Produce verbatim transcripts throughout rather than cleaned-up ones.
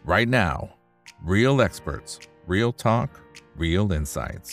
right now. Real experts, real talk, real insights.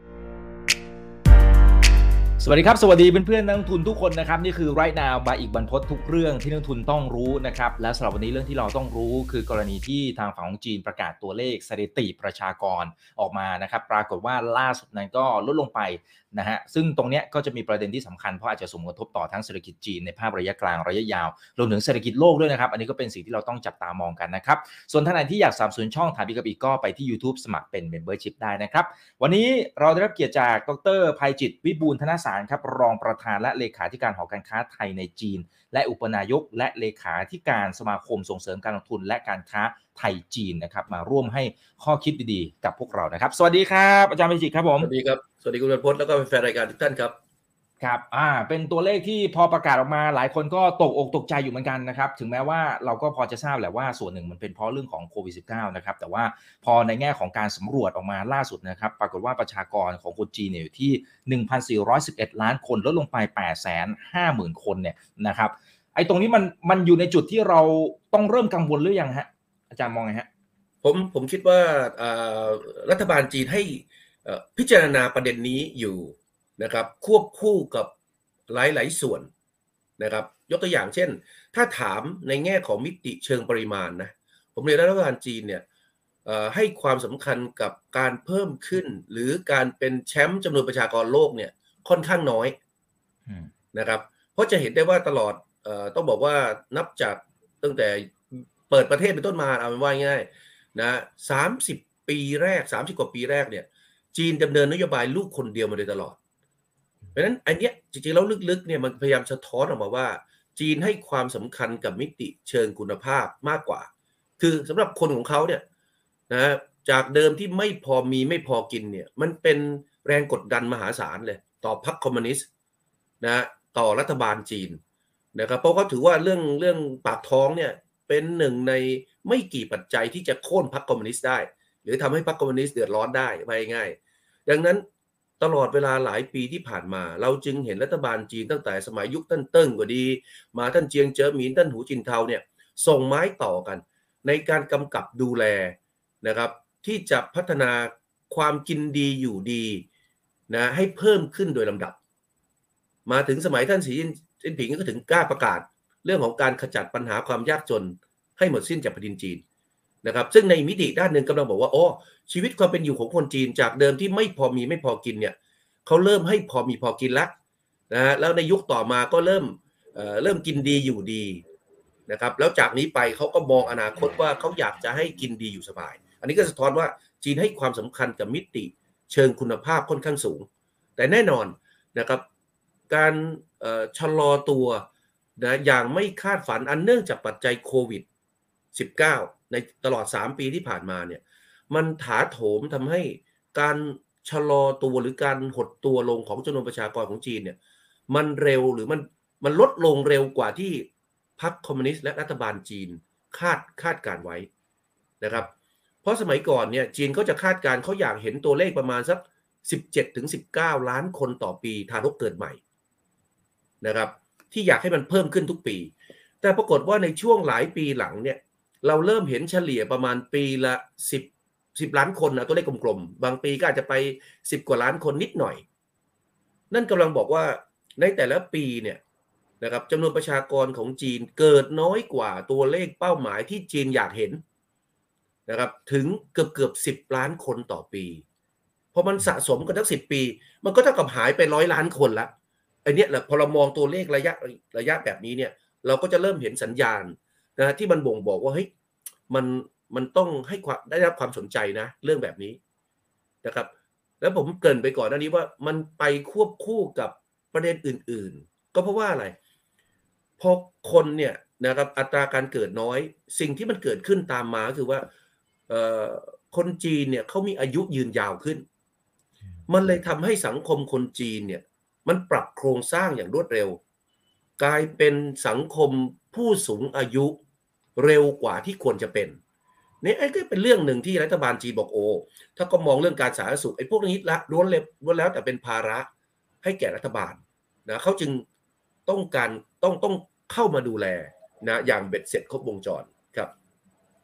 สวัสดีครับสวัสดีเพื่อนๆนักลงทุนทุกคนนะครับนี่คือ Right Now บายอีกบรรพตทุกเรื่องที่นักลงทุนต้องรู้นะครับและสำหรับวันนี้เรื่องที่เราต้องรู้คือกรณีที่ทางฝั่งของจีนประกาศตัวเลขสถิติประชากรออกมานะครับปรากฏว่าล่าสุดนั้นก็ลดลงไปนะฮะซึ่งตรงเนี้ยก็จะมีประเด็นที่สำคัญเพราะอาจจะส่งผลกระทบต่อทั้งเศรษฐกิจจีนในภาพระยะกลางระยะยาวรวมถึงเศรษฐกิจโลกด้วยนะครับอันนี้ก็เป็นสิ่งที่เราต้องจับตามองกันนะครับส่วนท่านไหนที่อยากสนับสนุนช่องถามอีกกับอีกก็ไปที่ YouTube สมัครเป็น Membership ได้นะครับวันนี้เราได้รับเกียรติจากดร.ไพจิตรวิบูลย์ธนสารครับรองประธานและเลขาธิการหอการค้าไทยในจีนและอุปนายกและเลขาธิการสมาคมส่งเสริมการลงทุนและการค้าไทยจีนนะครับมาร่วมให้ข้อคิดดีๆกับพวกเรานะครับสวัสดีครับอาจารย์ไพจิตรครับผมสวัสดีครับสวัสดีคุณบรรพตแล้วก็แฟนรายการทุกท่านครับครับอ่าเป็นตัวเลขที่พอประกาศออกมาหลายคนก็ตกอกตกใจอยู่เหมือนกันนะครับถึงแม้ว่าเราก็พอจะทราบแหละว่าส่วนหนึ่งมันเป็นเพราะเรื่องของโควิด สิบเก้า นะครับแต่ว่าพอในแง่ของการสำรวจออกมาล่าสุดนะครับปรากฏว่าประชากรของคนจีนเนี่ยอยู่ที่ หนึ่งพันสี่ร้อยสิบเอ็ด ล้านคนลดลงไป แปดแสนห้าหมื่น คนเนี่ยนะครับไอ้ตรงนี้มันมันอยู่ในจุดที่เราต้องเริ่มกังวลหรือยังฮะอาจารย์มองไงฮะผมผมคิดว่ารัฐบาลจีนให้พิจารณาประเด็นนี้อยู่นะครับควบคู่กับหลายๆส่วนนะครับยกตัวอย่างเช่นถ้าถามในแง่ของมิติเชิงปริมาณนะผมเรียนรัฐบาลจีนเนี่ยให้ความสำคัญกับการเพิ่มขึ้นหรือการเป็นแชมป์จำนวนประชากรโลกเนี่ยค่อนข้างน้อยนะครับเพราะจะเห็นได้ว่าตลอดต้องบอกว่านับจากตั้งแต่เปิดประเทศเป็นต้นมาเอาเป็นว่าง่ายนะสามสิบปีแรกสามสิบกว่าปีแรกเนี่ยจีนดำเนินนโยบายลูกคนเดียวมาโดยตลอดเพราะฉะนั้นอันเนี้ยจริงๆแล้วลึกๆเนี่ยมันพยายามสะท้อนออกมาว่าจีนให้ความสำคัญกับมิติเชิงคุณภาพมากกว่าคือสำหรับคนของเขาเนี่ยนะจากเดิมที่ไม่พอมีไม่พอกินเนี่ยมันเป็นแรงกดดันมหาศาลเลยต่อพรรคคอมมิวนิสต์นะต่อรัฐบาลจีนนะครับเพราะเขาถือว่าเรื่องเรื่องปากท้องเนี่ยเป็นหนึ่งในไม่กี่ปัจจัยที่จะโค่นพรรคคอมมิวนิสต์ได้หรือทำให้พรรคคอมมิวนิสต์เดือดร้อนได้ไปง่ายดังนั้นตลอดเวลาหลายปีที่ผ่านมาเราจึงเห็นรัฐบาลจีนตั้งแต่สมัยยุคท่านเติ้งก็ดีมาท่านเจียงเจิ้อหมินท่านหูจินเทาเนี่ยส่งไม้ต่อกันในการกำกับดูแลนะครับที่จะพัฒนาความกินดีอยู่ดีนะให้เพิ่มขึ้นโดยลำดับมาถึงสมัยท่านสีจิ้นผิงก็ถึงกล้าประกาศเรื่องของการขจัดปัญหาความยากจนให้หมดสิ้นจากแผ่นดินจีนนะครับซึ่งในมิติด้านหนึ่งกำลังบอกว่าโอ้ชีวิตความเป็นอยู่ของคนจีนจากเดิมที่ไม่พอมีไม่พอกินเนี่ยเขาเริ่มให้พอมีพอกินแล้วนะฮะแล้วในยุคต่อมาก็เริ่มเอ่อเริ่มกินดีอยู่ดีนะครับแล้วจากนี้ไปเขาก็มองอนาคตว่าเขาอยากจะให้กินดีอยู่สบายอันนี้ก็สะท้อนว่าจีนให้ความสำคัญกับมิติเชิงคุณภาพค่อนข้างสูงแต่แน่นอนนะครับการเอ่อชะลอตัวนะอย่างไม่คาดฝันอันเนื่องจากปัจจัยโควิด สิบเก้า ในตลอดสามปีที่ผ่านมาเนี่ยมันถาโถมทำให้การชะลอตัวหรือการหดตัวลงของจำนวนประชากรของจีนเนี่ยมันเร็วหรือมันมันลดลงเร็วกว่าที่พรรคคอมมิวนิสต์และรัฐบาลจีนคาดคาดการไว้นะครับเพราะสมัยก่อนเนี่ยจีนเขาจะคาดการเขาอยากเห็นตัวเลขประมาณสัก สิบเจ็ดถึงสิบเก้า ล้านคนต่อปีทารกเกิดใหม่นะครับที่อยากให้มันเพิ่มขึ้นทุกปีแต่ปรากฏว่าในช่วงหลายปีหลังเนี่ยเราเริ่มเห็นเฉลี่ยประมาณปีละสิบ สิบล้านคนนะตัวเลขกลมๆบางปีก็อาจจะไปสิบกว่าล้านคนนิดหน่อยนั่นกำลังบอกว่าในแต่ละปีเนี่ยนะครับจำนวนประชากรของจีนเกิดน้อยกว่าตัวเลขเป้าหมายที่จีนอยากเห็นนะครับถึงเกือบเกือบสิบล้านคนต่อปีพอมันสะสมกันทั้งสิบปีมันก็เท่ากับหายไปร้อยล้านคนละไอ้นี่แหละพอเรามองตัวเลขระยะระยะแบบนี้เนี่ยเราก็จะเริ่มเห็นสัญญาณนะที่มันบ่งบอกว่าเฮ้ยมันมันต้องให้ความได้รับความสนใจนะเรื่องแบบนี้นะครับแล้วผมเกริ่นไปก่อนหน้านี้ว่ามันไปควบคู่กับประเด็นอื่นๆก็เพราะว่าอะไรพอคนเนี่ยนะครับอัตราการเกิดน้อยสิ่งที่มันเกิดขึ้นตามมาคือว่าเอ่อคนจีนเนี่ยเขามีอายุยืนยาวขึ้นมันเลยทำให้สังคมคนจีนเนี่ยมันปรับโครงสร้างอย่างรวดเร็วกลายเป็นสังคมผู้สูงอายุเร็วกว่าที่ควรจะเป็นนี่ไอ้ก็เป็นเรื่องหนึ่งที่รัฐบาลจีนบอกโอ้ถ้าก็มองเรื่องการสาธารณสุขไอ้พวกนี้ละล้วนเล็บล้วนแล้วแต่เป็นภาระให้แก่รัฐบาลนะเขาจึงต้องการต้องต้องเข้ามาดูแลนะอย่างเบ็ดเสร็จครบวงจรครับ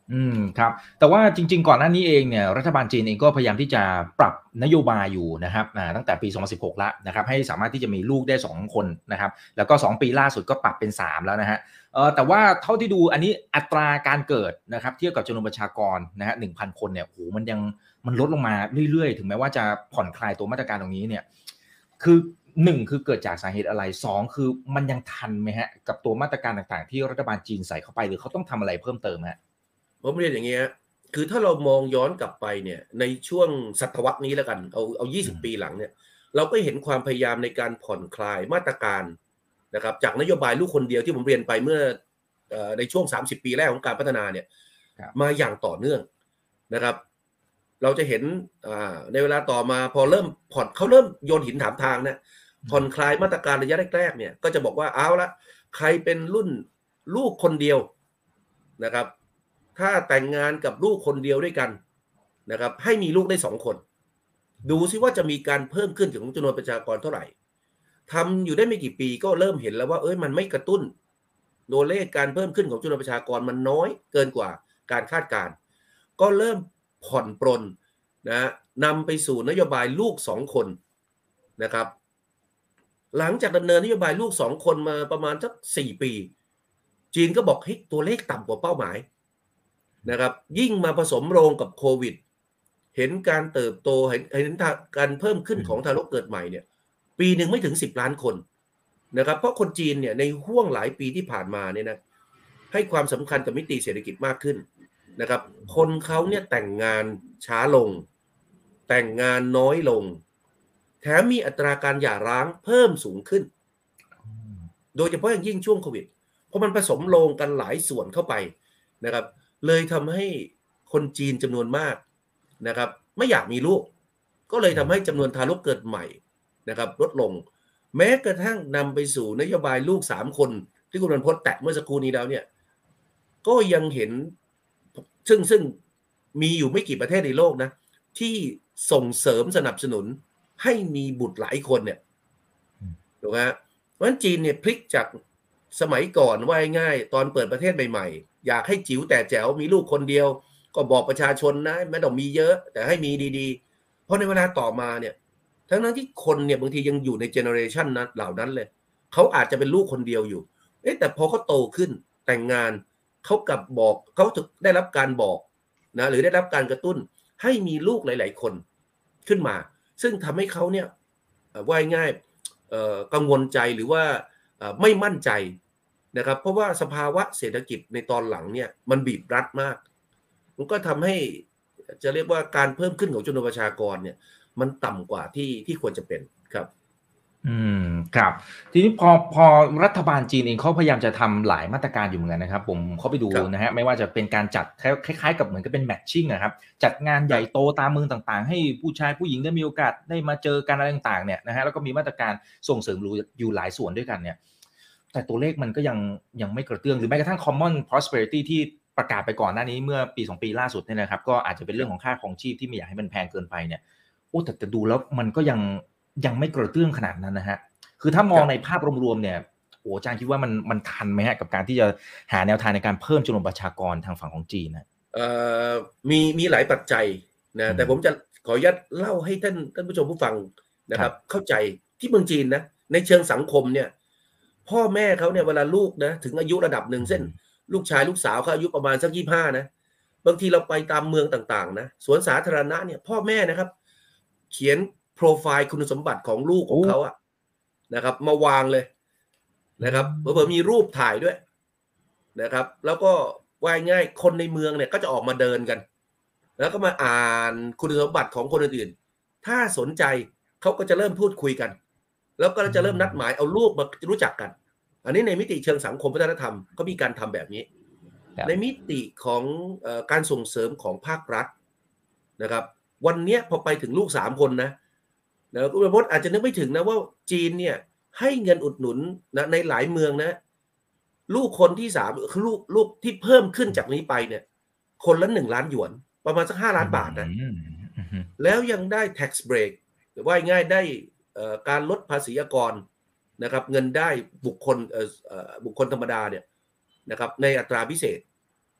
อืมครับแต่ว่าจริงๆก่อนหน้านี้เองเนี่ยรัฐบาลจีนเองก็พยายามที่จะปรับนโยบายอยู่นะครับอ่าตั้งแต่ปีสองพันสิบหกแล้วนะครับให้สามารถที่จะมีลูกได้สองคนนะครับแล้วก็สองปีล่าสุดก็ปรับเป็นสามแล้วนะครับเอ่อแต่ว่าเท่าที่ดูอันนี้อัตราการเกิดนะครับเทียบกับจำนวนประชากรนะฮะ หนึ่งพัน คนเนี่ยโอ้โฮมันยังมันลดลงมาเรื่อยๆถึงแม้ว่าจะผ่อนคลายตัวมาตรการตรงนี้เนี่ยคือหนึ่งคือเกิดจากสาเหตุอะไรสองคือมันยังทันไหมครับกับตัวมาตรการต่างๆที่รัฐบาลจีนใส่เข้าไปหรือเขาต้องทำอะไรเพิ่มเติมครับผมเรียนอย่างเงี้ยคือถ้าเรามองย้อนกลับไปเนี่ยในช่วงศตวรรษนี้แล้วกันเอาเอายี่สิบอืมปีหลังเนี่ยเราก็เห็นความพยายามในการผ่อนคลายมาตรการนะครับจากนโยบายลูกคนเดียวที่ผมเรียนไปเมื่อเอ่อในช่วงสามสิบปีแรกของการพัฒนาเนี่ยครับมาอย่างต่อเนื่องนะครับเราจะเห็นอ่าในเวลาต่อมาพอเริ่มผ่อนเขาเริ่มโยนหินถามทางนะอืมผ่อนคลายมาตรการระยะแรกๆเนี่ยก็จะบอกว่าเอาละใครเป็นรุ่นลูกคนเดียวนะครับถ้าแต่งงานกับลูกคนเดียวด้วยกันนะครับให้มีลูกได้สองคนดูซิว่าจะมีการเพิ่มขึ้นของจำนวนประชากรเท่าไหร่ทำอยู่ได้ไม่กี่ปีก็เริ่มเห็นแล้วว่าเอ้ยมันไม่กระตุ้นตัวเลขการเพิ่มขึ้นของจำนวนประชากรมันน้อยเกินกว่าการคาดการณ์ก็เริ่มผ่อนปรนนะนำไปสู่นโยบายลูกสองคนนะครับหลังจากดำเนินนโยบายลูกสองคนมาประมาณสักสี่ปีจีนก็บอกเฮ้ยตัวเลขต่ำกว่าเป้าหมาย นะครับยิ่งมาผสมโรงกับโควิดเห็นการเติบโตเห็นเห็นการเพิ่มขึ้นอืมของทารกเกิดใหม่เนี่ยปีหนึ่งไม่ถึงสิบล้านคนนะครับเพราะคนจีนเนี่ยในห้วงหลายปีที่ผ่านมาเนี่ยนะให้ความสำคัญกับมิติเศรษฐกิจมากขึ้นนะครับคนเขาเนี่ยแต่งงานช้าลงแต่งงานน้อยลงแถมมีอัตราการหย่าร้างเพิ่มสูงขึ้นอืมโดยเฉพาะอย่างยิ่งช่วงโควิดเพราะมันผสมโรงกันหลายส่วนเข้าไปนะครับ เลยทำให้คนจีนจำนวนมากนะครับไม่อยากมีลูกก็เลยอืมทำให้จำนวนทารกเกิดใหม่นะครับลดลงแม้กระทั่งนำไปสู่นโยบายลูกสามคนที่คุณบรรพตแตะเมื่อสักครู่นี้แล้วเนี่ยก็ยังเห็นซึ่งซึ่งมีอยู่ไม่กี่ประเทศในโลกนะที่ส่งเสริมสนับสนุนให้มีบุตรหลายคนเนี่ยอืมถูกไหมฮะเพราะฉะนั้นจีนเนี่ยพลิกจากสมัยก่อนว่าง่ายๆตอนเปิดประเทศใหม่ๆอยากให้จิ๋วแต่แจ๋วมีลูกคนเดียวก็บอกประชาชนนะไม่ต้องมีเยอะแต่ให้มีดีๆเพราะในเวลาต่อมาเนี่ยทั้งนั้นที่คนเนี่ยบางทียังอยู่ในเจเนอเรชันนั้นเหล่านั้นเลยเขาอาจจะเป็นลูกคนเดียวอยู่เอ๊ะแต่พอเขาโตขึ้นแต่งงานเขากลับบอกเขาถึงได้รับการบอกนะหรือได้รับการกระตุ้นให้มีลูกหลายๆคนขึ้นมาซึ่งทำให้เขาเนี่ยว่าง่ายๆกังวลใจหรือว่าไม่มั่นใจนะครับเพราะว่าสภาวะเศรษฐกิจในตอนหลังเนี่ยมันบีบรัดมากมันก็ทำให้จะเรียกว่าการเพิ่มขึ้นของจำนวนประชากรเนี่ยมันต่ำกว่าที่ที่ควรจะเป็นครับอืมครับทีนี้พอพอรัฐบาลจีนเองเขาพยายามจะทำหลายมาตรการอยู่เหมือนกันนะครับผมเข้าไปดูครับนะครับไม่ว่าจะเป็นการจัดคล้ายๆกับเหมือนกับเป็นแมตชิงอะครับจัดงานใหญ่โตตามเมืองต่างๆให้ผู้ชายผู้หญิงได้มีโอกาสได้มาเจอกันอะไรต่างๆเนี่ยนะฮะแล้วก็มีมาตรการส่งเสริมอยู่หลายส่วนด้วยกันเนี่ยแต่ตัวเลขมันก็ยังยังไม่กระเตื้องหรือแม้กระทั่ง common prosperity ที่ประกาศไปก่อนหน้านี้เมื่อปีสองปีล่าสุดเนี่ยนะครับก็อาจจะเป็นเรื่องของค่าครองชีพที่ไม่อยากให้มันแพงเกินไปเนี่ยโอ้แต่แต่ดูแล้วมันก็ยังยังไม่กระเตื้องขนาดนั้นนะฮะ คือถ้ามองในครับภาพรวมๆเนี่ยโอ้อาจารย์คิดว่ามันมันทันไหมฮะกับการที่จะหาแนวทางในการเพิ่มจำนวนประชากรทางฝั่งของจีนน่ะเอ่อมีมีหลายปัจจัยนะอืมแต่ผมจะขออนุญาตเล่าให้ท่านท่านผู้ชมผู้ฟังนะครับครับเข้าใจที่เมืองจีนนะในเชิงสังคมเนี่ยพ่อแม่เขาเนี่ยเวลาลูกนะถึงอายุระดับหนึ่งอืเช่นมลูกชายลูกสาวเขาอายุประมาณสักยี่สิบห้านะบางทีเราไปตามเมืองต่างๆนะสวนสาธารณะเนี่ยพ่อแม่นะครับเขียนโปรไฟล์คุณสมบัติของลูกของโอ้เขาอะนะครับมาวางเลยอืนะครับเผลอๆมมีรูปถ่ายด้วยนะครับแล้วก็ว่าง่ายๆคนในเมืองเนี่ยก็จะออกมาเดินกันแล้วก็มาอ่านคุณสมบัติของคนอื่นๆถ้าสนใจเขาก็จะเริ่มพูดคุยกันแล้วก็อืจะเริ่มนัดหมายมเอาลูกมารู้จักกันอันนี้ในมิติเชิงสังคมวัฒนธรรมก็มีการทำแบบนี้ในครับมิติของเอ่อการส่งเสริมของภาครัฐนะครับวันเนี้ยพอไปถึงลูกสามคนนะนะคุณประพจน์อาจจะนึกไม่ถึงนะว่าจีนเนี่ยให้เงินอุดหนุนนะในหลายเมืองนะลูกคนที่สามคือลูกลูกที่เพิ่มขึ้นจากนี้ไปเนี่ยคนละหนึ่งล้านหยวนประมาณสักห้าล้าอื้อฮืนบาทนะออือฮึแล้วยังได้ tax break หรือว่าง่ายๆได้เอ่อการลดภาษีอากรนะครับเงินได้บุคคลเอ่อเอ่อบุคคลธรรมดาเนี่ยนะครับในอัตราพิเศษ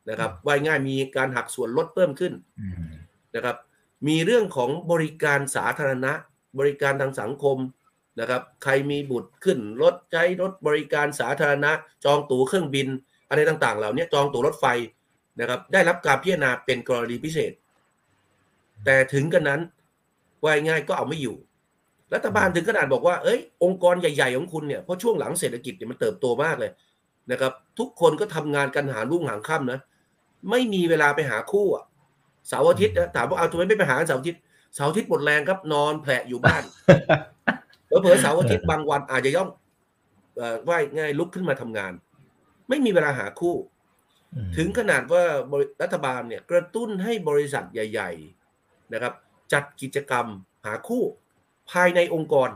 นะครับว่ายง่ายมีการหักส่วนลดเพิ่มขึ้นนะครับมีเรื่องของบริการสาธารณะบริการทางสังคมนะครับใครมีบุตรขึ้นรถใช้รถบริการสาธารณะจองตั๋วเครื่องบินอะไรต่างๆเหล่านี้จองตั๋วรถไฟนะครับได้รับการพิจารณาเป็นกรณีพิเศษแต่ถึงกันนั้นว่ายง่ายก็เอาไม่อยู่รัฐบาลถึงขนาดบอกว่าเอ้ยองค์กรใหญ่ๆของคุณเนี่ยเพราะช่วงหลังเศรษฐกิจเนี่ยมันเติบโตมากเลยนะครับทุกคนก็ทำงานกันหารุ่งหางค่ำนะไม่มีเวลาไปหาคู่อ่ะเสาร์อาทิตย์นะถามว่าเอาทำไมไม่ไปหาเสาร์อาทิตย์เสาร์อาทิตย์หมดแรงครับนอนแผลอยู่บ้านเผลอๆเสาร์อาทิตย์บางวันอาจจะย่อมว่ายง่ายลุกขึ้นมาทำงานไม่มีเวลาหาคู่ถึงขนาดว่ารัฐบาลเนี่ยกระตุ้นให้บริษัทใหญ่ๆนะครับจัดกิจกรรมหาคู่ภายในองค์กร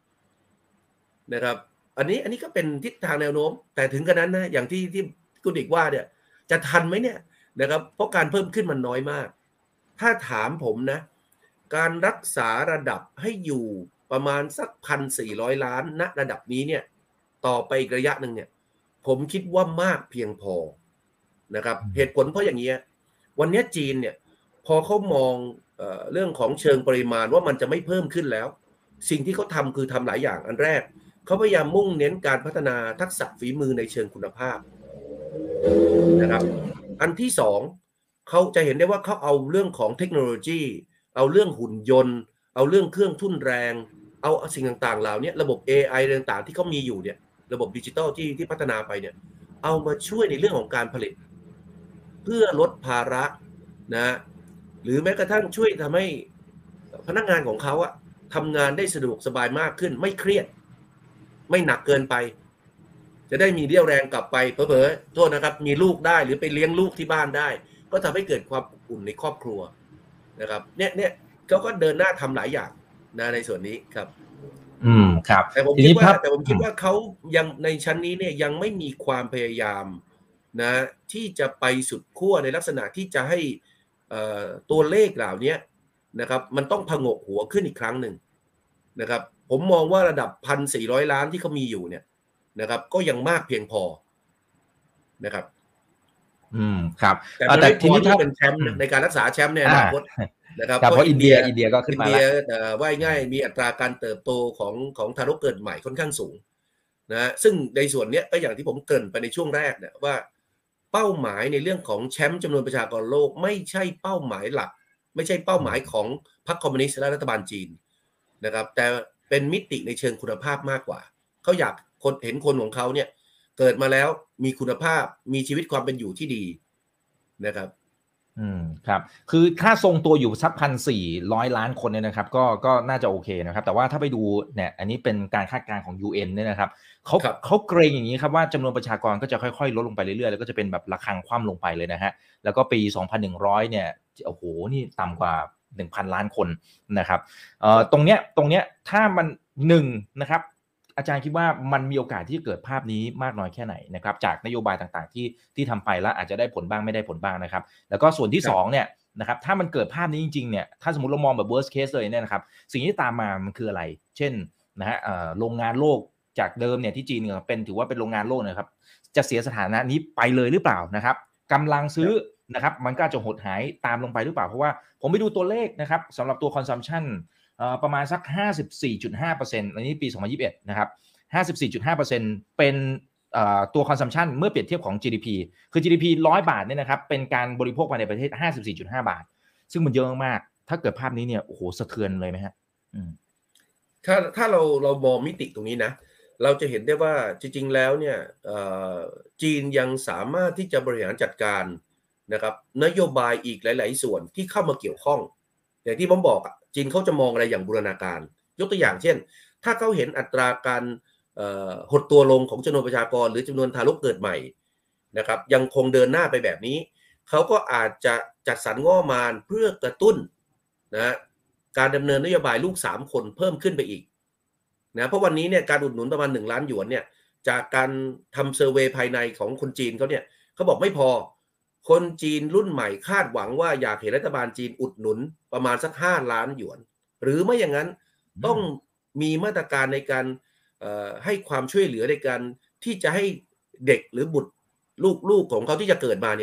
นะครับอันนี้อันนี้ก็เป็นทิศทางแนวโน้มแต่ถึงกระนั้นนะอย่างที่ที่คุณเอกว่าเนี่ยจะทันไหมเนี่ยนะครับเพราะการเพิ่มขึ้นมันน้อยมากถ้าถามผมนะการรักษาระดับให้อยู่ประมาณสักพันสี่ร้อยล้านณระดับนี้เนี่ยต่อไปอีกระยะหนึ่งเนี่ยผมคิดว่ามากเพียงพอนะครับเหตุผลเพราะอย่างนี้วันนี้จีนเนี่ยพอเขามองเอ่อเรื่องของเชิงปริมาณว่ามันจะไม่เพิ่มขึ้นแล้วสิ่งที่เขาทำคือทำหลายอย่างอันแรกเขาพยายามมุ่งเน้นการพัฒนาทักษะฝีมือในเชิงคุณภาพนะครับอันที่สองเขาจะเห็นได้ว่าเขาเอาเรื่องของเทคโนโลยีเอาเรื่องหุ่นยนต์เอาเรื่องเครื่องทุ่นแรงเอาสิ่งต่างๆเหล่านี้ระบบ เอ ไอ ต่างๆที่เขามีอยู่เนี่ยระบบดิจิทัลที่ที่พัฒนาไปเนี่ยเอามาช่วยในเรื่องของการผลิตเพื่อลดภาระนะหรือแม้กระทั่งช่วยทำให้พนักงานของเขาอะทำงานได้สะดวกสบายมากขึ้นไม่เครียดไม่หนักเกินไปจะได้มีเรี่ยวแรงกลับไปเผลอๆโทษนะครับมีลูกได้หรือไปเลี้ยงลูกที่บ้านได้ก็ทำให้เกิดความอบอุ่นในครอบครัวนะครับเนี่ยเนี่ยเขาก็เดินหน้าทำหลายอย่างนะในส่วนนี้ครับอืมครับแต่ผมคิดว่าแต่ผมคิดว่าเขายังในชั้นนี้เนี่ยยังไม่มีความพยายามนะที่จะไปสุดขั้วในลักษณะที่จะให้ตัวเลขเหล่านี้นะครับมันต้องผงกหัวขึ้นอีกครั้งหนึ่งนะครับผมมองว่าระดับ หนึ่งพันสี่ร้อย ล้านที่เขามีอยู่เนี่ยนะครับก็ยังมากเพียงพอนะครับอืมครับแต่ทีนี้ถ้าเป็นแชมป์ในการรักษาแชมป์ในอนาคตนะครับเพราะอินเดียอินเดียก็ขึ้นมาแล้วอินเดียว่ายง่ายมีอัตราการเติบโตของของทารกเกิดใหม่ค่อนข้างสูงนะซึ่งในส่วนนี้ก็อย่างที่ผมเกริ่นไปในช่วงแรกเนี่ยว่าเป้าหมายในเรื่องของแชมป์จำนวนประชากรโลกไม่ใช่เป้าหมายหลักไม่ใช่เป้าหมายของพรรคคอมมิวนิสต์และรัฐบาลจีนนะครับแต่เป็นมิติในเชิงคุณภาพมากกว่าเขาอยากคนเห็นคนของเขาเนี่ยเกิดมาแล้วมีคุณภาพมีชีวิตความเป็นอยู่ที่ดีนะครับอืมครับคือถ้าทรงตัวอยู่สักพันสี่ร้อยล้านคนเนี่ยนะครับก็ก็น่าจะโอเคนะครับแต่ว่าถ้าไปดูเนี่ยอันนี้เป็นการคาดการณ์ของ ยู เอ็น เนี่ยนะครับเขาเขาเกรงอย่างนี้ครับว่าจำนวนประชากรก็จะค่อยๆลดลงไปเรื่อยๆแล้วก็จะเป็นแบบระฆังคว่ำลงไปเลยนะฮะแล้วก็ปีสองพันหนึ่งร้อยเนี่ยโอ้โหนี่ต่ำกว่า หนึ่งพัน ล้านคนนะครับเอ่อตรงเนี้ยตรงเนี้ยถ้ามันหนึ่งนะครับอาจารย์คิดว่ามันมีโอกาสที่จะเกิดภาพนี้มากน้อยแค่ไหนนะครับจากนโยบายต่างๆที่ที่ทำไปแล้วอาจจะได้ผลบ้างไม่ได้ผลบ้างนะครับแล้วก็ส่วนที่สองเนี่ยนะครับถ้ามันเกิดภาพนี้จริงๆเนี่ยถ้าสมมติเรามองแบบ worst case เลยเนี่ยนะครับสิ่งที่ตามมามันคืออะไรเช่นนะฮะโรงงานโลกจากเดิมเนี่ยที่จีนเนี่ยเป็นถือว่าเป็นโรงงานโลกนะครับจะเสียสถานะนี้ไปเลยหรือเปล่านะครับกำลังซื้อนะครับมันก็จะหดหายตามลงไปหรือเปล่าเพราะว่าผมไปดูตัวเลขนะครับสำหรับตัว consumption ประมาณสัก ห้าสิบสี่จุดห้าเปอร์เซ็นต์ อันนี้ปีสองพันยี่สิบเอ็ดนะครับ ห้าสิบสี่จุดห้าเปอร์เซ็นต์ เป็นตัว consumption เมื่อเปรียบเทียบของ จี ดี พี คือ จี ดี พี หนึ่งร้อยบาทเนี่ยนะครับเป็นการบริโภคภายในประเทศ ห้าสิบสี่จุดห้า บาทซึ่งมันเยอะมากถ้าเกิดภาพนี้เนี่ยโอ้โหสะเทือนเลยไหมฮะถ้าถ้าเราเรามองมิติตรงนี้นะเราจะเห็นได้ว่าจริงๆแล้วเนี่ยจีนยังสามารถที่จะบริหารจัดการนะครับนโยบายอีกหลายๆส่วนที่เข้ามาเกี่ยวข้องอย่างที่ผมบอกอ่ะจีนเขาจะมองอะไรอย่างบูรณาการยกตัวอย่างเช่นถ้าเขาเห็นอัตราการหดตัวลงของจำนวนประชากรหรือจำนวนทารกเกิดใหม่นะครับยังคงเดินหน้าไปแบบนี้เขาก็อาจจะจัดสรรงบประมาณเพื่อกระตุ้นนะการดำเนินนโยบายลูกสามคนเพิ่มขึ้นไปอีกนะเพราะวันนี้เนี่ยการอุดหนุนประมาณหนึ่งล้านหยวนเนี่ยจากการทำเซอร์เวย์ภายในของคนจีนเขาเนี่ยเขาบอกไม่พอคนจีนรุ่นใหม่คาดหวังว่าอยากเห็นรัฐบาลจีนอุดหนุนประมาณสักห้าล้านหยวนหรือไม่อย่างนั้นต้องมีมาตรการในการให้ความช่วยเหลือในการที่จะให้เด็กหรือบุตรลูกๆของเขาที่จะเกิดมาเนี่ย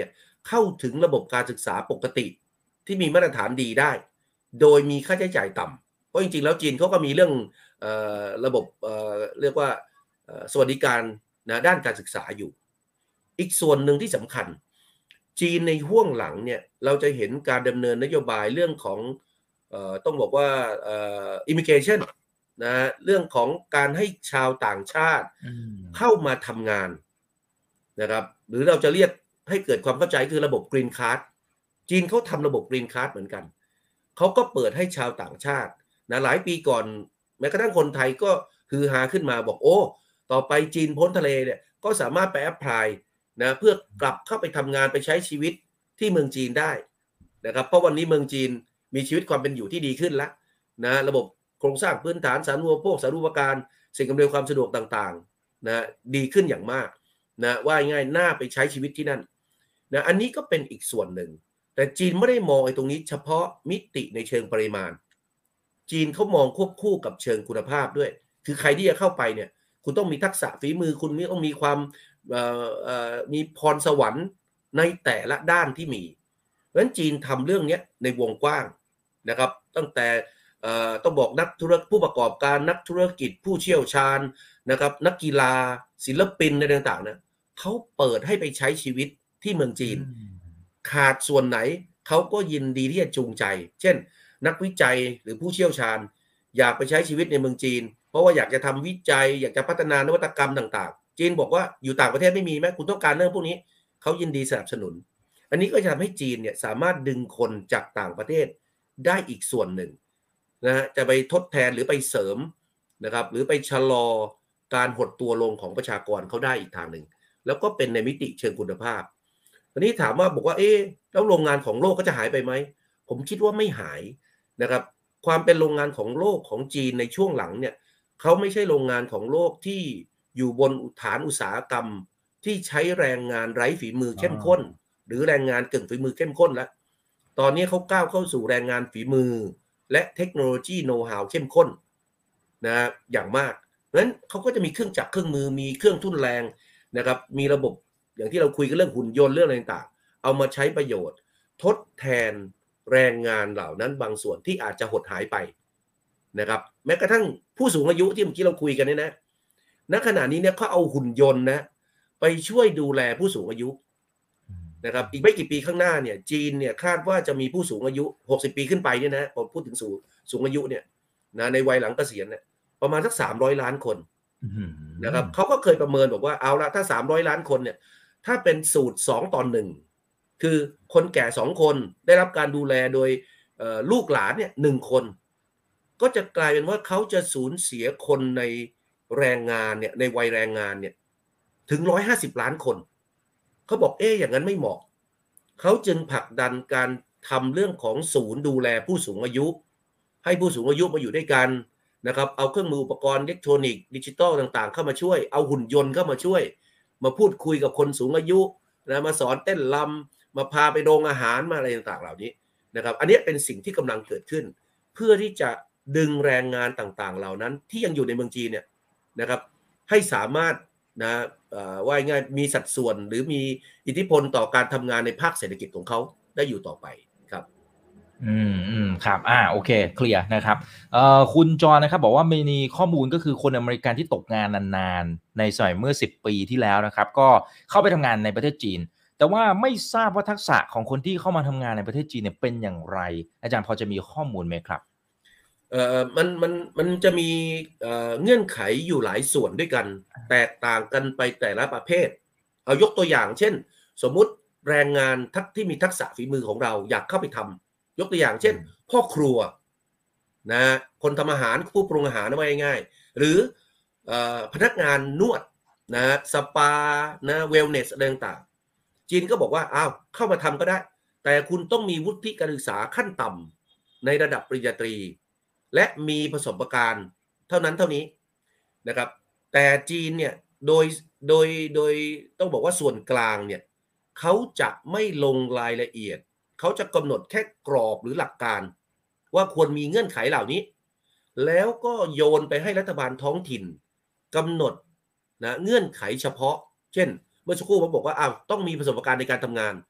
เข้าถึงระบบการศึกษาปกติที่มีมาตรฐานดีได้โดยมีค่าใช้จ่ายต่ำเพราะจริงๆแล้วจีนเขาก็มีเรื่องเอ่อระบบเอ่อเรียกว่าสวัสดิการนะด้านการศึกษาอยู่อีกส่วนหนึ่งที่สำคัญจีนในห้วงหลังเนี่ยเราจะเห็นการดำเนินนโยบายเรื่องของเอ่อต้องบอกว่าเอ่อ immigration นะเรื่องของการให้ชาวต่างชาติเข้ามาทำงานนะครับหรือเราจะเรียกให้เกิดความเข้าใจคือระบบ Green Card จีนเขาทำระบบ Green Card เหมือนกันเขาก็เปิดให้ชาวต่างชาตินะหลายปีก่อนแม้กระทั่งคนไทยก็ฮือฮาขึ้นมาบอกโอ้ต่อไปจีนพ้นทะเลเนี่ยก็สามารถไปแอพพลายนะเพื่อกลับเข้าไปทำงานไปใช้ชีวิตที่เมืองจีนได้นะครับเพราะวันนี้เมืองจีนมีชีวิตความเป็นอยู่ที่ดีขึ้นแล้วนะระบบโครงสร้างพื้นฐานสาธารณูปโภคสาธารณูปการสิ่งอำนวยความสะดวกต่างๆนะดีขึ้นอย่างมากนะว่าง่ายน่าไปใช้ชีวิตที่นั่นนะอันนี้ก็เป็นอีกส่วนหนึ่งแต่จีนไม่ได้มองไอ้ตรงนี้เฉพาะมิติในเชิงปริมาณจีนเขามองควบคู่กับเชิงคุณภาพด้วยคือใครที่จะเข้าไปเนี่ยคุณต้องมีทักษะฝีมือคุณต้องมีความมีพรสวรรค์ในแต่ละด้านที่มีเพราะฉะนั้นจีนทำเรื่องนี้ในวงกว้างนะครับตั้งแต่ต้องบอกนักธุรกิจผู้ประกอบการนักธุรกิจผู้เชี่ยวชาญนะครับนักกีฬาศิลปินอะไรต่างๆนะเขาเปิดให้ไปใช้ชีวิตที่เมืองจีนขาดส่วนไหนเขาก็ยินดีที่จะจูงใจเช่นนักวิจัยหรือผู้เชี่ยวชาญอยากไปใช้ชีวิตในเมืองจีนเพราะว่าอยากจะทำวิจัยอยากจะพัฒนานวัตกรรมต่างๆจีนบอกว่าอยู่ต่างประเทศไม่มีไหมคุณต้องการเรื่องพวกนี้เขายินดีสนับสนุนอันนี้ก็จะทำให้จีนเนี่ยสามารถดึงคนจากต่างประเทศได้อีกส่วนหนึ่งนะฮะจะไปทดแทนหรือไปเสริมนะครับหรือไปชะลอการหดตัวลงของประชากรเขาได้อีกทางหนึ่งแล้วก็เป็นในมิติเชิงคุณภาพทีนี้ถามว่าบอกว่าเอ๊ะแล้วโรงงานของโลกก็จะหายไปไหมผมคิดว่าไม่หายนะครับความเป็นโรงงานของโลกของจีนในช่วงหลังเนี่ยเขาไม่ใช่โรงงานของโลกที่อยู่บนฐานอุตสาหกรรมที่ใช้แรงงานไร้ฝีมือเข้มข้นหรือแรงงานกึ่งฝีมือเข้มข้นแล้วตอนนี้เขาก้าวเข้าสู่แรงงานฝีมือและเทคโนโลยีโน้ตฮาวเข้มข้นนะอย่างมากเพราะฉะนั้นเขาก็จะมีเครื่องจักรเครื่องมือมีเครื่องทุ่นแรงนะครับมีระบบอย่างที่เราคุยกันเรื่องหุ่นยนต์เรื่องอะไรต่างๆเอามาใช้ประโยชน์ทดแทนแรงงานเหล่านั้นบางส่วนที่อาจจะหดหายไปนะครับแม้กระทั่งผู้สูงอายุที่เมื่อกี้เราคุยกันเนี่ยนะณขณะนี้เนี่ยเขาเอาหุ่นยนต์นะไปช่วยดูแลผู้สูงอายุนะครับอีกไม่กี่ปีข้างหน้าเนี่ยจีนเนี่ยคาดว่าจะมีผู้สูงอายุหกสิบปีขึ้นไปเนี่ยนะพอพูดถึงสูงสูงอายุเนี่ยนะในวัยหลังเกษียณเนี่ยประมาณสักสามร้อยล้านคนนะครับเขาก็เคยประเมินบอกว่าเอาละถ้าสามร้อยล้านคนเนี่ยถ้าเป็นสูตรสองต่อหนึ่งคือคนแก่สองคนได้รับการดูแลโดยลูกหลานเนี่ยหนึ่งคนก็จะกลายเป็นว่าเขาจะสูญเสียคนในแรงงานเนี่ยในวัยแรงงานเนี่ยถึงหนึ่งร้อยห้าสิบล้านคนเขาบอกเอ๊ะอย่างนั้นไม่เหมาะเขาจึงผลักดันการทำเรื่องของศูนย์ดูแลผู้สูงอายุให้ผู้สูงอายุมาอยู่ด้วยกันนะครับเอาเครื่องมืออุปกรณ์อิเล็กทรอนิกส์ดิจิตอลต่างๆเข้ามาช่วยเอาหุ่นยนต์เข้ามาช่วยมาพูดคุยกับคนสูงอายุนะมาสอนเต้นรำมาพาไปโรงอาหารมาอะไรต่างๆเหล่านี้นะครับอันนี้เป็นสิ่งที่กำลังเกิดขึ้นเพื่อที่จะดึงแรงงานต่างๆเหล่านั้นที่ยังอยู่ในเมืองจีนเนี่ยนะครับให้สามารถนะว่าง่ายมีสัดส่วนหรือมีอิทธิพลต่อการทำงานในภาคเศรษฐกิจของเขาได้อยู่ต่อไปครับอืมอืมครับอ่าโอเคเคลียร์นะครับเอ่อคุณจรนะครับบอกว่ามีข้อมูลก็คือคนอเมริกันที่ตกงานนานๆในสมัยเมื่อสิบปีที่แล้วนะครับก็เข้าไปทำงานในประเทศจีนแต่ว่าไม่ทราบว่าทักษะของคนที่เข้ามาทำงานในประเทศจีนเนี่ยเป็นอย่างไรอาจารย์พอจะมีข้อมูลไหมครับเอ่อมันมันมันจะมีเอ่อเงื่อนไขอยู่หลายส่วนด้วยกันแตกต่างกันไปแต่ละประเภทเอายกตัวอย่างเช่นสมมุติแรงงานทักที่มีทักษะฝีมือของเราอยากเข้าไปทำยกตัวอย่างเช่นพ่อครัวนะคนทำอาหารผู้ปรุงอาหารไว้ง่ายหรือเอ่อพนักงานนวดนะสปานะเวลเนสอะไรต่างๆจีนก็บอกว่าอ้าวเข้ามาทำก็ได้แต่คุณต้องมีวุฒิการศึกษาขั้นต่ำในระดับปริญญาตรีและมีประสบการณ์เท่านั้นเท่านี้นะครับแต่จีนเนี่ยโดยโดยโดยต้องบอกว่าส่วนกลางเนี่ยเขาจะไม่ลงรายละเอียดเขาจะกำหนดแค่กรอบหรือหลักการว่าควรมีเงื่อนไขเหล่านี้แล้วก็โยนไปให้รัฐบาลท้องถิ่นกำหนดนะเงื่อนไขเฉพาะเช่นเมื่อสักครู่ผมบอกว่าอ้าวต้องมีประสบการณ์ในการทำงาน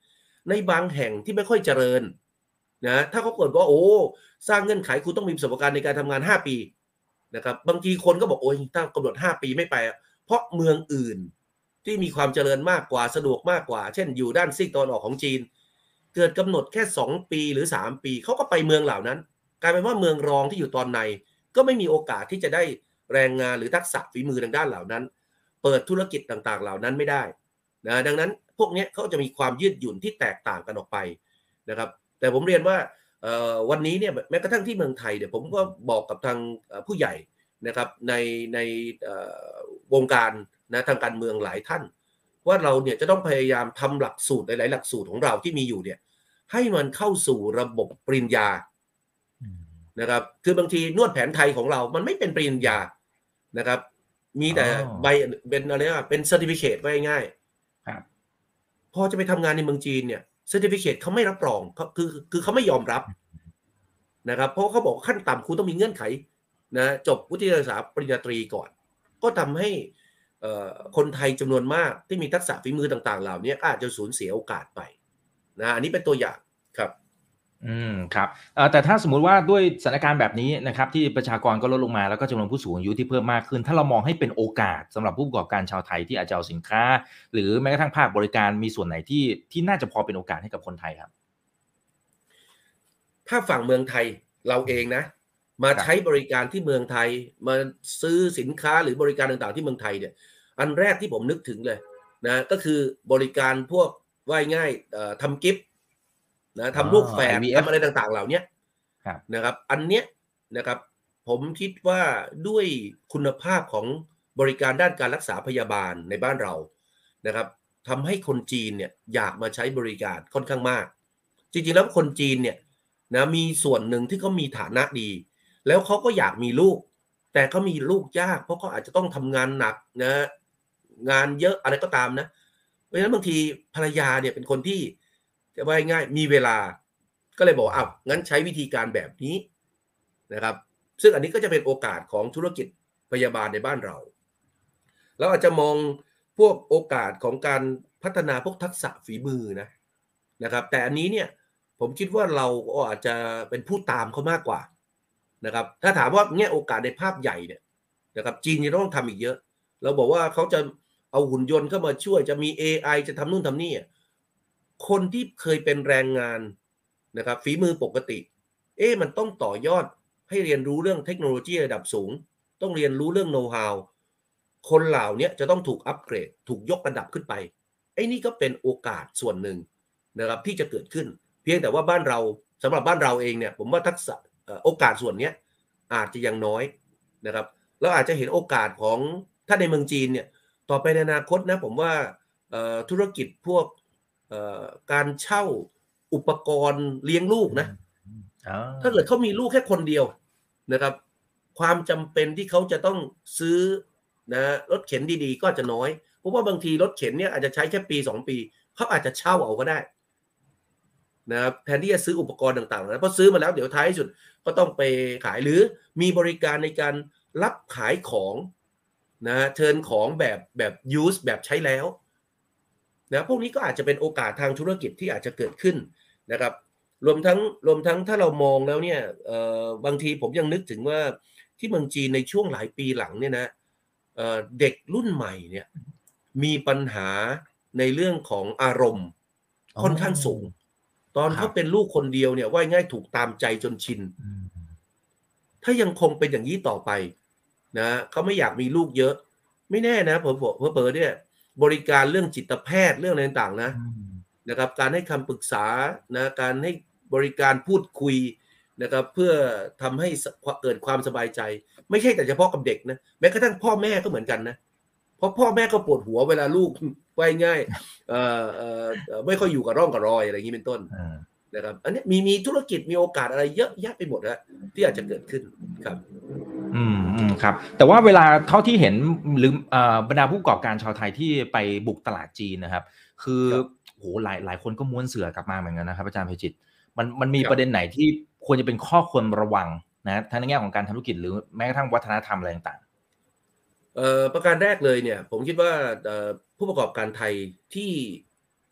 ในบางแห่งที่ไม่ค่อยเจริญนะถ้าเขาเกิดว่าโอ้สร้างเงื่อนไขคุณต้องมีประสบการณ์ในการทำงานห้าปีนะครับบางทีคนก็บอกโอ้ยถ้ากำหนดห้าปีไม่ไปเพราะเมืองอื่นที่มีความเจริญมากกว่าสะดวกมากกว่าเช่นอยู่ด้านซีกตะวันออกของจีนเกิดกำหนดแค่สองปีหรือสามปีเขาก็ไปเมืองเหล่านั้นกลายเป็นว่าเมืองรองที่อยู่ตอนในก็ไม่มีโอกาสที่จะได้แรงงานหรือทักษะฝีมือทางด้านเหล่านั้นเปิดธุรกิจต่างๆเหล่านั้นไม่ได้นะดังนั้นพวกนี้เขาจะมีความยืดหยุ่นที่แตกต่างกันออกไปนะครับแต่ผมเรียนว่าวันนี้เนี่ยแม้กระทั่งที่เมืองไทยเนี่ยผมก็บอกกับทางผู้ใหญ่นะครับในในวงการนะทางการเมืองหลายท่านว่าเราเนี่ยจะต้องพยายามทำหลักสูตรหลายๆหลักสูตรของเราที่มีอยู่เนี่ยให้มันเข้าสู่ระบบปริญญานะครับคือบางทีนวดแผนไทยของเรามันไม่เป็นปริญญานะครับมีแต่ใบเป็นอะไรนะเป็นเซอร์ติฟิเคตไว้ง่ายพอจะไปทำงานในเมืองจีนเนี่ยเซอร์ติฟิเคตเขาไม่รับรองเขาคือคือเขาไม่ยอมรับนะครับเพราะเขาบอกขั้นต่ำคุณต้องมีเงื่อนไขนะจบวิทยาศาสตร์ปริญญาตรีก่อนก็ทำให้คนไทยจำนวนมากที่มีทักษะฝีมือต่างๆเหล่านี้อาจจะสูญเสียโอกาสไปนะอันนี้เป็นตัวอย่างครับอืมครับแต่ถ้าสมมุติว่าด้วยสถานการณ์แบบนี้นะครับที่ประชากรก็ลดลงมาแล้วก็จำนวนผู้สูงอายุที่เพิ่มมากขึ้นถ้าเรามองให้เป็นโอกาสสำหรับผู้ประกอบการชาวไทยที่อาจจะเอาสินค้าหรือแม้กระทั่งภาคบริการมีส่วนไหนที่ที่น่าจะพอเป็นโอกาสให้กับคนไทยครับถ้าฝั่งเมืองไทยเราเองนะมาใช้บริการที่เมืองไทยมาซื้อสินค้าหรือบริการต่างๆที่เมืองไทยเนี่ยอันแรกที่ผมนึกถึงเลยนะก็คือบริการพวกว่ายง่ายทำกิฟต์นะทำลูกแฝดทำอะไรต่างๆเหล่านี้นะครับอันเนี้ยนะครับผมคิดว่าด้วยคุณภาพของบริการด้านการรักษาพยาบาลในบ้านเรานะครับทำให้คนจีนเนี่ยอยากมาใช้บริการค่อนข้างมากจริงๆแล้วคนจีนเนี่ยนะมีส่วนหนึ่งที่เขามีฐานะดีแล้วเขาก็อยากมีลูกแต่เขามีลูกยากเพราะเขาอาจจะต้องทำงานหนักนะงานเยอะอะไรก็ตามนะเพราะฉะนั้นบางทีภรรยาเนี่ยเป็นคนที่จะว่าง่ายมีเวลาก็เลยบอกอ้าวงั้นใช้วิธีการแบบนี้นะครับซึ่งอันนี้ก็จะเป็นโอกาสของธุรกิจพยาบาลในบ้านเราแล้วอาจจะมองพวกโอกาสของการพัฒนาพวกทักษะฝีมือนะนะครับแต่อันนี้เนี่ยผมคิดว่าเราก็อาจจะเป็นผู้ตามเขามากกว่านะครับถ้าถามว่าแง่โอกาสในภาพใหญ่เนี่ยนะครับจีนยังต้องทำอีกเยอะเราบอกว่าเขาจะเอาหุ่นยนต์เข้ามาช่วยจะมี เอ ไอ จะทำนู่นทำนี่คนที่เคยเป็นแรงงานนะครับฝีมือปกติเอ๊ะมันต้องต่อยอดให้เรียนรู้เรื่องเทคโนโลยีระดับสูงต้องเรียนรู้เรื่องโน้ตฮาวคนเหล่านี้จะต้องถูกอัปเกรดถูกยกระดับขึ้นไปไอ้นี่ก็เป็นโอกาสส่วนหนึ่งนะครับที่จะเกิดขึ้นเพียงแต่ว่าบ้านเราสำหรับบ้านเราเองเนี่ยผมว่าทักษะโอกาสส่วนนี้อาจจะยังน้อยนะครับแล้วอาจจะเห็นโอกาสของถ้าในเมืองจีนเนี่ยต่อไปในอนาคตนะผมว่าธุรกิจพวกการเช่าอุปกรณ์เลี้ยงลูกนะถ้าเกิดเขามีลูกแค่คนเดียวนะครับความจำเป็นที่เขาจะต้องซื้อนะรถเข็นดีๆก็จะน้อยเพราะว่าบางทีรถเข็นเนี่ยอาจจะใช้แค่ปีสองปีเขาอาจจะเช่าเอาก็ได้นะครับแทนที่จะซื้ออุปกรณ์ต่างๆนะเพราะซื้อมาแล้วเดี๋ยวท้ายสุดก็ต้องไปขายหรือมีบริการในการรับขายของนะเทิร์นของแบบแบบยูสแบบใช้แล้วนะพวกนี้ก็อาจจะเป็นโอกาสทางธุรกิจที่อาจจะเกิดขึ้นนะครับรวมทั้งรวมทั้งถ้าเรามองแล้วเนี่ยเอ่อบางทีผมยังนึกถึงว่าที่เมืองจีนในช่วงหลายปีหลังเนี่ยนะเอ่อเด็กรุ่นใหม่เนี่ยมีปัญหาในเรื่องของอารมณ์ค่อนข้างสูงตอนเขาเป็นลูกคนเดียวเนี่ยว่าง่ายถูกตามใจจนชินถ้ายังคงเป็นอย่างนี้ต่อไปนะเขาไม่อยากมีลูกเยอะไม่แน่นะเผลอๆเผลอๆเนี่ยบริการเรื่องจิตแพทย์เรื่องอะไรต่างๆนะนะครับการให้คำปรึกษานะการให้บริการพูดคุยนะครับเพื่อทำให้เกิดความสบายใจไม่ใช่แต่เฉพาะกับเด็กนะแม้กระทั่งพ่อแม่ก็เหมือนกันนะเพราะพ่อแม่ก็ปวดหัวเวลาลูกไว้ง่ายเอ่อเอ่อไม่ค่อยอยู่กับร่องกับรอยอะไรอย่างนี้เป็นต้นนะครับอันนี้มีมีธุรกิจมีโอกาสอะไรเยอะแยะไปหมดนะที่อาจจะเกิดขึ้นครับอืมอืมครับแต่ว่าเวลาเท่าที่เห็นหรือบรรดาผู้ประกอบการชาวไทยที่ไปบุกตลาดจีนนะครับคือโหหลายหลายคนก็ม้วนเสือกลับมาเหมือนกันนะครับอาจารย์ไพจิตรมันมันมีประเด็นไหนที่ควรจะเป็นข้อควรระวังนะทั้งในแง่ของการทำธุรกิจหรือแม้กระทั่งวัฒนธรรมอะไรต่างๆเอ่อประการแรกเลยเนี่ยผมคิดว่าผู้ประกอบการไทยที่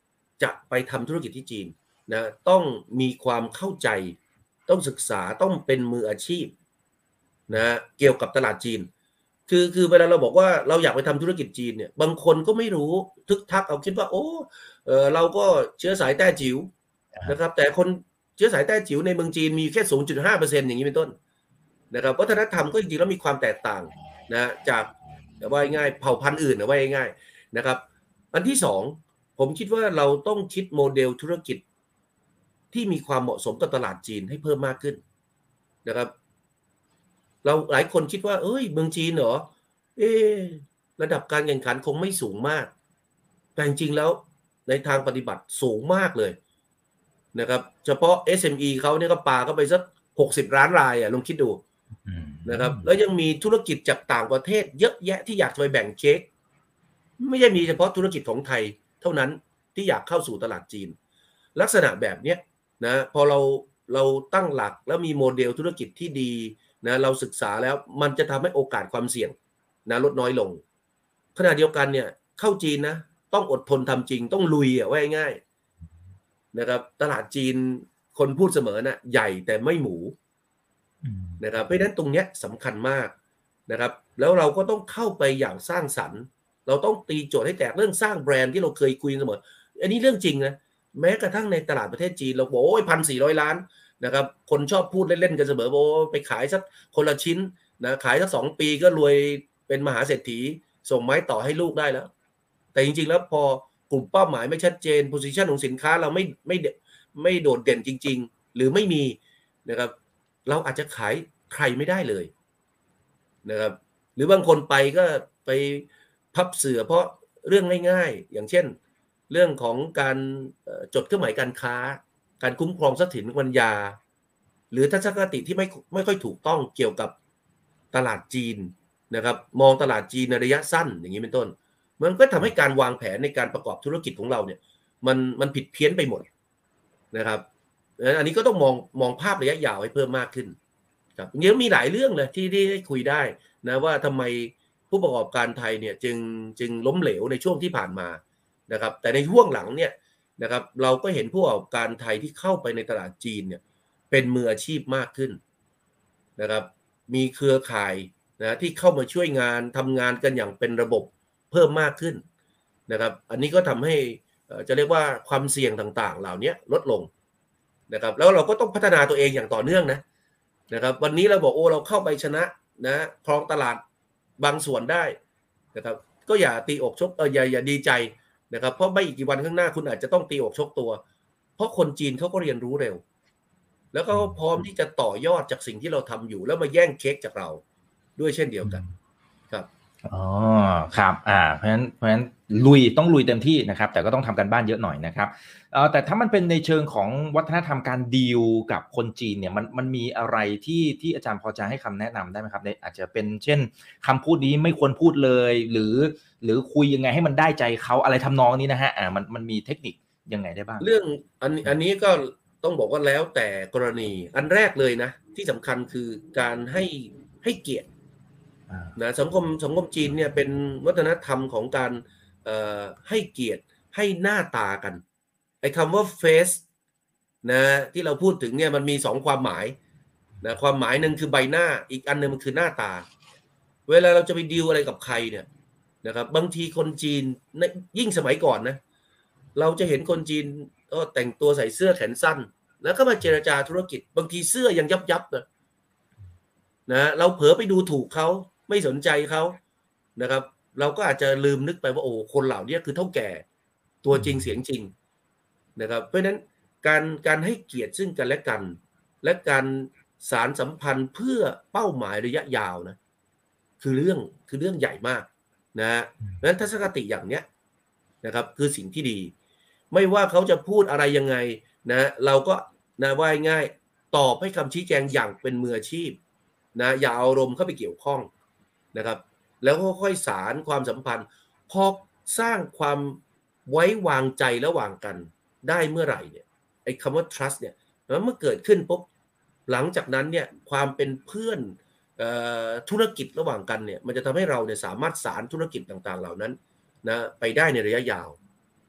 จะไปทำธุรกิจที่จีนนะต้องมีความเข้าใจต้องศึกษาต้องเป็นมืออาชีพนะเกี่ยวกับตลาดจีนคือคือเวลาเราบอกว่าเราอยากไปทำธุรกิจจีนเนี่ยบางคนก็ไม่รู้ทึกทักเอาคิดว่าโอ้เออเราก็เชื้อสายแต้จิ๋วนะครับแต่คนเชื้อสายแต้จิ๋วในเมืองจีนมีแค่ ศูนย์จุดห้าเปอร์เซ็นต์ อย่างนี้เป็นต้นนะครับวัฒนธรรมก็จริงๆแล้วมีความแตกต่างนะจากว่าง่ายเผ่าพันธุ์อื่นนะว่าง่ายนะครับอันที่สองผมคิดว่าเราต้องคิดโมเดลธุรกิจที่มีความเหมาะสมกับตลาดจีนให้เพิ่มมากขึ้นนะครับเราหลายคนคิดว่าเอ้ยเมืองจีนเหรอเอ๊ระดับการแข่งขันคงไม่สูงมากแต่จริงๆแล้วในทางปฏิบัติสูงมากเลยนะครับเฉพาะ เอส เอ็ม อี เขาเนี่ยก็ปาเข้าไปสักหกสิบล้านรายอ่ะลองคิดดูนะครับแล้วยังมีธุรกิจจากต่างประเทศเยอะแยะที่อยากจะไปแบ่งเค้กไม่ใช่มีเฉพาะธุรกิจของไทยเท่านั้นที่อยากเข้าสู่ตลาดจีนลักษณะแบบเนี้ยนะพอเราเราตั้งหลักแล้วมีโมเดลธุรกิจที่ดีนะเราศึกษาแล้วมันจะทำให้โอกาสความเสี่ยงนะลดน้อยลงขณะเดียวกันเนี่ยเข้าจีนนะต้องอดทนทำจริงต้องลุยอ่ะว่าง่ายๆนะครับตลาดจีนคนพูดเสมอนะใหญ่แต่ไม่หมูนะครับเพราะฉะนั้นตรงเนี้ยสำคัญมากนะครับแล้วเราก็ต้องเข้าไปอย่างสร้างสรรค์เราต้องตีโจทย์ให้แตกเรื่องสร้างแบรนด์ที่เราเคยคุยเสมออันนี้เรื่องจริงนะแม้กระทั่งในตลาดประเทศจีนเราบอกโอ้ยพันสี่ร้อยล้านนะครับคนชอบพูดเล่นๆกันเสมอโอ้ไปขายสักคนละชิ้นนะขายสักสองปีก็รวยเป็นมหาเศรษฐีส่งไม้ต่อให้ลูกได้แล้วแต่จริงๆแล้วพอกลุ่มเป้าหมายไม่ชัดเจน position ของสินค้าเราไม่ไม่ไม่โดดเด่นจริงๆหรือไม่มีนะครับเราอาจจะขายใครไม่ได้เลยนะครับหรือบางคนไปก็ไปพับเสือเพราะเรื่องง่ายๆอย่างเช่นเรื่องของการจดเครื่องหมายการค้าการคุ้มครองทรัพย์สินปัญญาหรือทัศนคติที่ไม่ไม่ค่อยถูกต้องเกี่ยวกับตลาดจีนนะครับมองตลาดจีนในระยะสั้นอย่างนี้เป็นต้นมันก็ทำให้การวางแผนในการประกอบธุรกิจของเราเนี่ยมันมันผิดเพี้ยนไปหมดนะครับอันนี้ก็ต้องมองมองภาพระยะยาวให้เพิ่มมากขึ้นครับเยอะมีหลายเรื่องเลยที่ที่ได้คุยได้นะว่าทำไมผู้ประกอบการไทยเนี่ยจึงจึงล้มเหลวในช่วงที่ผ่านมานะครับแต่ในช่วงหลังเนี่ยนะครับเราก็เห็นผู้ประกอบการไทยที่เข้าไปในตลาดจีนเนี่ยเป็นมืออาชีพมากขึ้นนะครับมีเครือข่ายนะที่เข้ามาช่วยงานทำงานกันอย่างเป็นระบบเพิ่มมากขึ้นนะครับอันนี้ก็ทำให้จะเรียกว่าความเสี่ยงต่างๆเหล่านี้ลดลงนะครับแล้วเราก็ต้องพัฒนาตัวเองอย่างต่อเนื่องนะนะครับวันนี้เราบอกโอ้เราเข้าไปชนะนะครองตลาดบางส่วนได้นะครับก็อย่าตีอกชกเอออย่าอย่าดีใจนะครับเพราะไม่อีกกี่วันข้างหน้าคุณอาจจะต้องตีอกชกตัวเพราะคนจีนเขาก็เรียนรู้เร็วแล้วก็พร้อมที่จะต่อยอดจากสิ่งที่เราทำอยู่แล้วมาแย่งเค้กจากเราด้วยเช่นเดียวกันครับอ๋อครับอ่าเพราะฉะนั้นเพราะฉะนั้นลุยต้องลุยเต็มที่นะครับแต่ก็ต้องทำกันบ้านเยอะหน่อยนะครับเอ่อแต่ถ้ามันเป็นในเชิงของวัฒนธรรมการดีลกับคนจีนเนี่ยมันมันมีอะไรที่ที่อาจารย์พอจะให้คำแนะนำได้ไหมครับในอาจจะเป็นเช่นคำพูดนี้ไม่ควรพูดเลยหรือหรือคุยยังไงให้มันได้ใจเขาอะไรทำนองนี้นะฮะอ่ามันมันมีเทคนิคยังไงได้บ้างเรื่องอันอันนี้ก็ต้องบอกว่าแล้วแต่กรณีอันแรกเลยนะที่สำคัญคือการให้ให้เกียรตินะสังคมสังคมจีนเนี่ยเป็นวัฒนธรรมของการเอ่อให้เกียรติให้หน้าตากันไอ้คำว่า face นะที่เราพูดถึงเนี่ยมันมีสองความหมายนะความหมายหนึ่งคือใบหน้าอีกอันนึงมันคือหน้าตาเวลาเราจะไปดีลอะไรกับใครเนี่ยนะครับบางทีคนจีนยิ่งสมัยก่อนนะเราจะเห็นคนจีนก็แต่งตัวใส่เสื้อแขนสั้นแล้วก็มาเจรจาธุรกิจบางทีเสื้อยังยับยับนะนะเราเผลอไปดูถูกเขาไม่สนใจเขานะครับเราก็อาจจะลืมนึกไปว่าโอ้คนเหล่านี้คือเท่าแก่ตัวจริงเสียงจริงนะครับเพราะฉะนั้นการการให้เกียรติซึ่งกันและกันและการสารสัมพันธ์เพื่อเป้าหมายระยะยาวนะคือเรื่องคือเรื่องใหญ่มากนะฮะเพราะฉะนั้นทัศนคติอย่างเนี้ยนะครับคือสิ่งที่ดีไม่ว่าเขาจะพูดอะไรยังไงนะเราก็นะว่าง่ายตอบให้คำชี้แจงอย่างเป็นมืออาชีพนะอย่าเอาอารมณ์เข้าไปเกี่ยวข้องนะครับแล้วก็ค่อยสารความสัมพันธ์พอสร้างความไว้วางใจระหว่างกันได้เมื่อไหร่เนี่ยไอ้คำว่า trust เนี่ยเมื่อเกิดขึ้นปุ๊บหลังจากนั้นเนี่ยความเป็นเพื่อนธุรกิจระหว่างกันเนี่ยมันจะทำให้เราเนี่ยสามารถสารธุรกิจต่างๆเหล่านั้นนะไปได้ในระยะยาว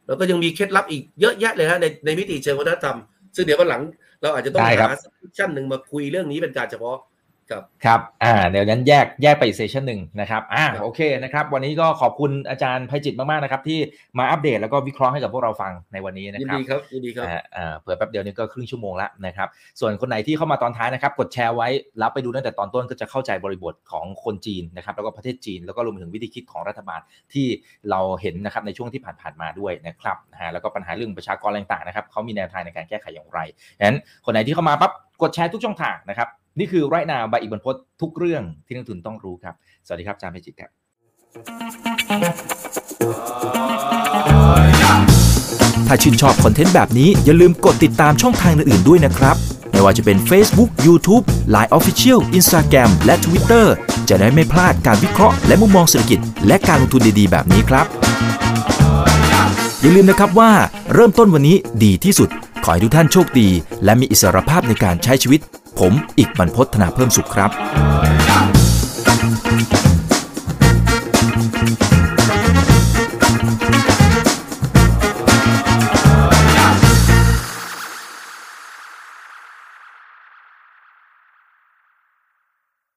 แล้วก็ยังมีเคล็ดลับอีกเยอะแยะเลยฮะในในมิติเชิงวัฒนธรรมซึ่งเดี๋ยววันหลังเราอาจจะต้องหาเซสชั่นหนึ่งมาคุยเรื่องนี้เป็นการเฉพาะครับครับอ่าเดี๋ยวนั้นแยกแยกไปอีกเซสชั่นหนึ่งนะครับอ่าโอเคนะครับวันนี้ก็ขอบคุณอาจารย์ไพจิตรมากๆนะครับที่มาอัปเดตแล้วก็วิเคราะห์ให้กับพวกเราฟังในวันนี้นะครับยินดีครับยินดีครับอ่าเผื่อแป๊บเดียวนี้ก็ครึ่งชั่วโมงแล้วนะครับส่วนคนไหนที่เข้ามาตอนท้ายนะครับกดแชร์ไว้แล้วไปดูตั้งแต่ตอนต้นก็จะเข้าใจบริบทของคนจีนนะครับแล้วก็ประเทศจีนแล้วก็รวมถึงวิธีคิดของรัฐบาลที่เราเห็นนะครับในช่วงที่ผ่านๆมาด้วยนะครับนะฮะแล้วก็ปัญหาเรื่องประชากรต่างๆนะครับเขามีแนวทางในการแก้ไขอย่างไรฉะนั้นคนไหนที่เข้ามาปั๊บกดแชร์ทุกช่องทางนะครับนี่คือไรท์นาวบายอีกบรรพตทุกเรื่องที่นักทุนต้องรู้ครับสวัสดีครับอาจารย์ไพจิตรครับถ้าชื่นชอบคอนเทนต์แบบนี้อย่าลืมกดติดตามช่องทางอื่นๆด้วยนะครับไม่ว่าจะเป็น Facebook, YouTube, ไลน์ Official, Instagram และ Twitter จะได้ไม่พลาดการวิเคราะห์และมุมมองเศรษฐกิจและการลงทุนดีๆแบบนี้ครับอย่าลืมนะครับว่าเริ่มต้นวันนี้ดีที่สุดขอให้ทุกท่านโชคดีและมีอิสรภาพในการใช้ชีวิตผมอีกบรรพต ธนาเพิ่มสุขครับ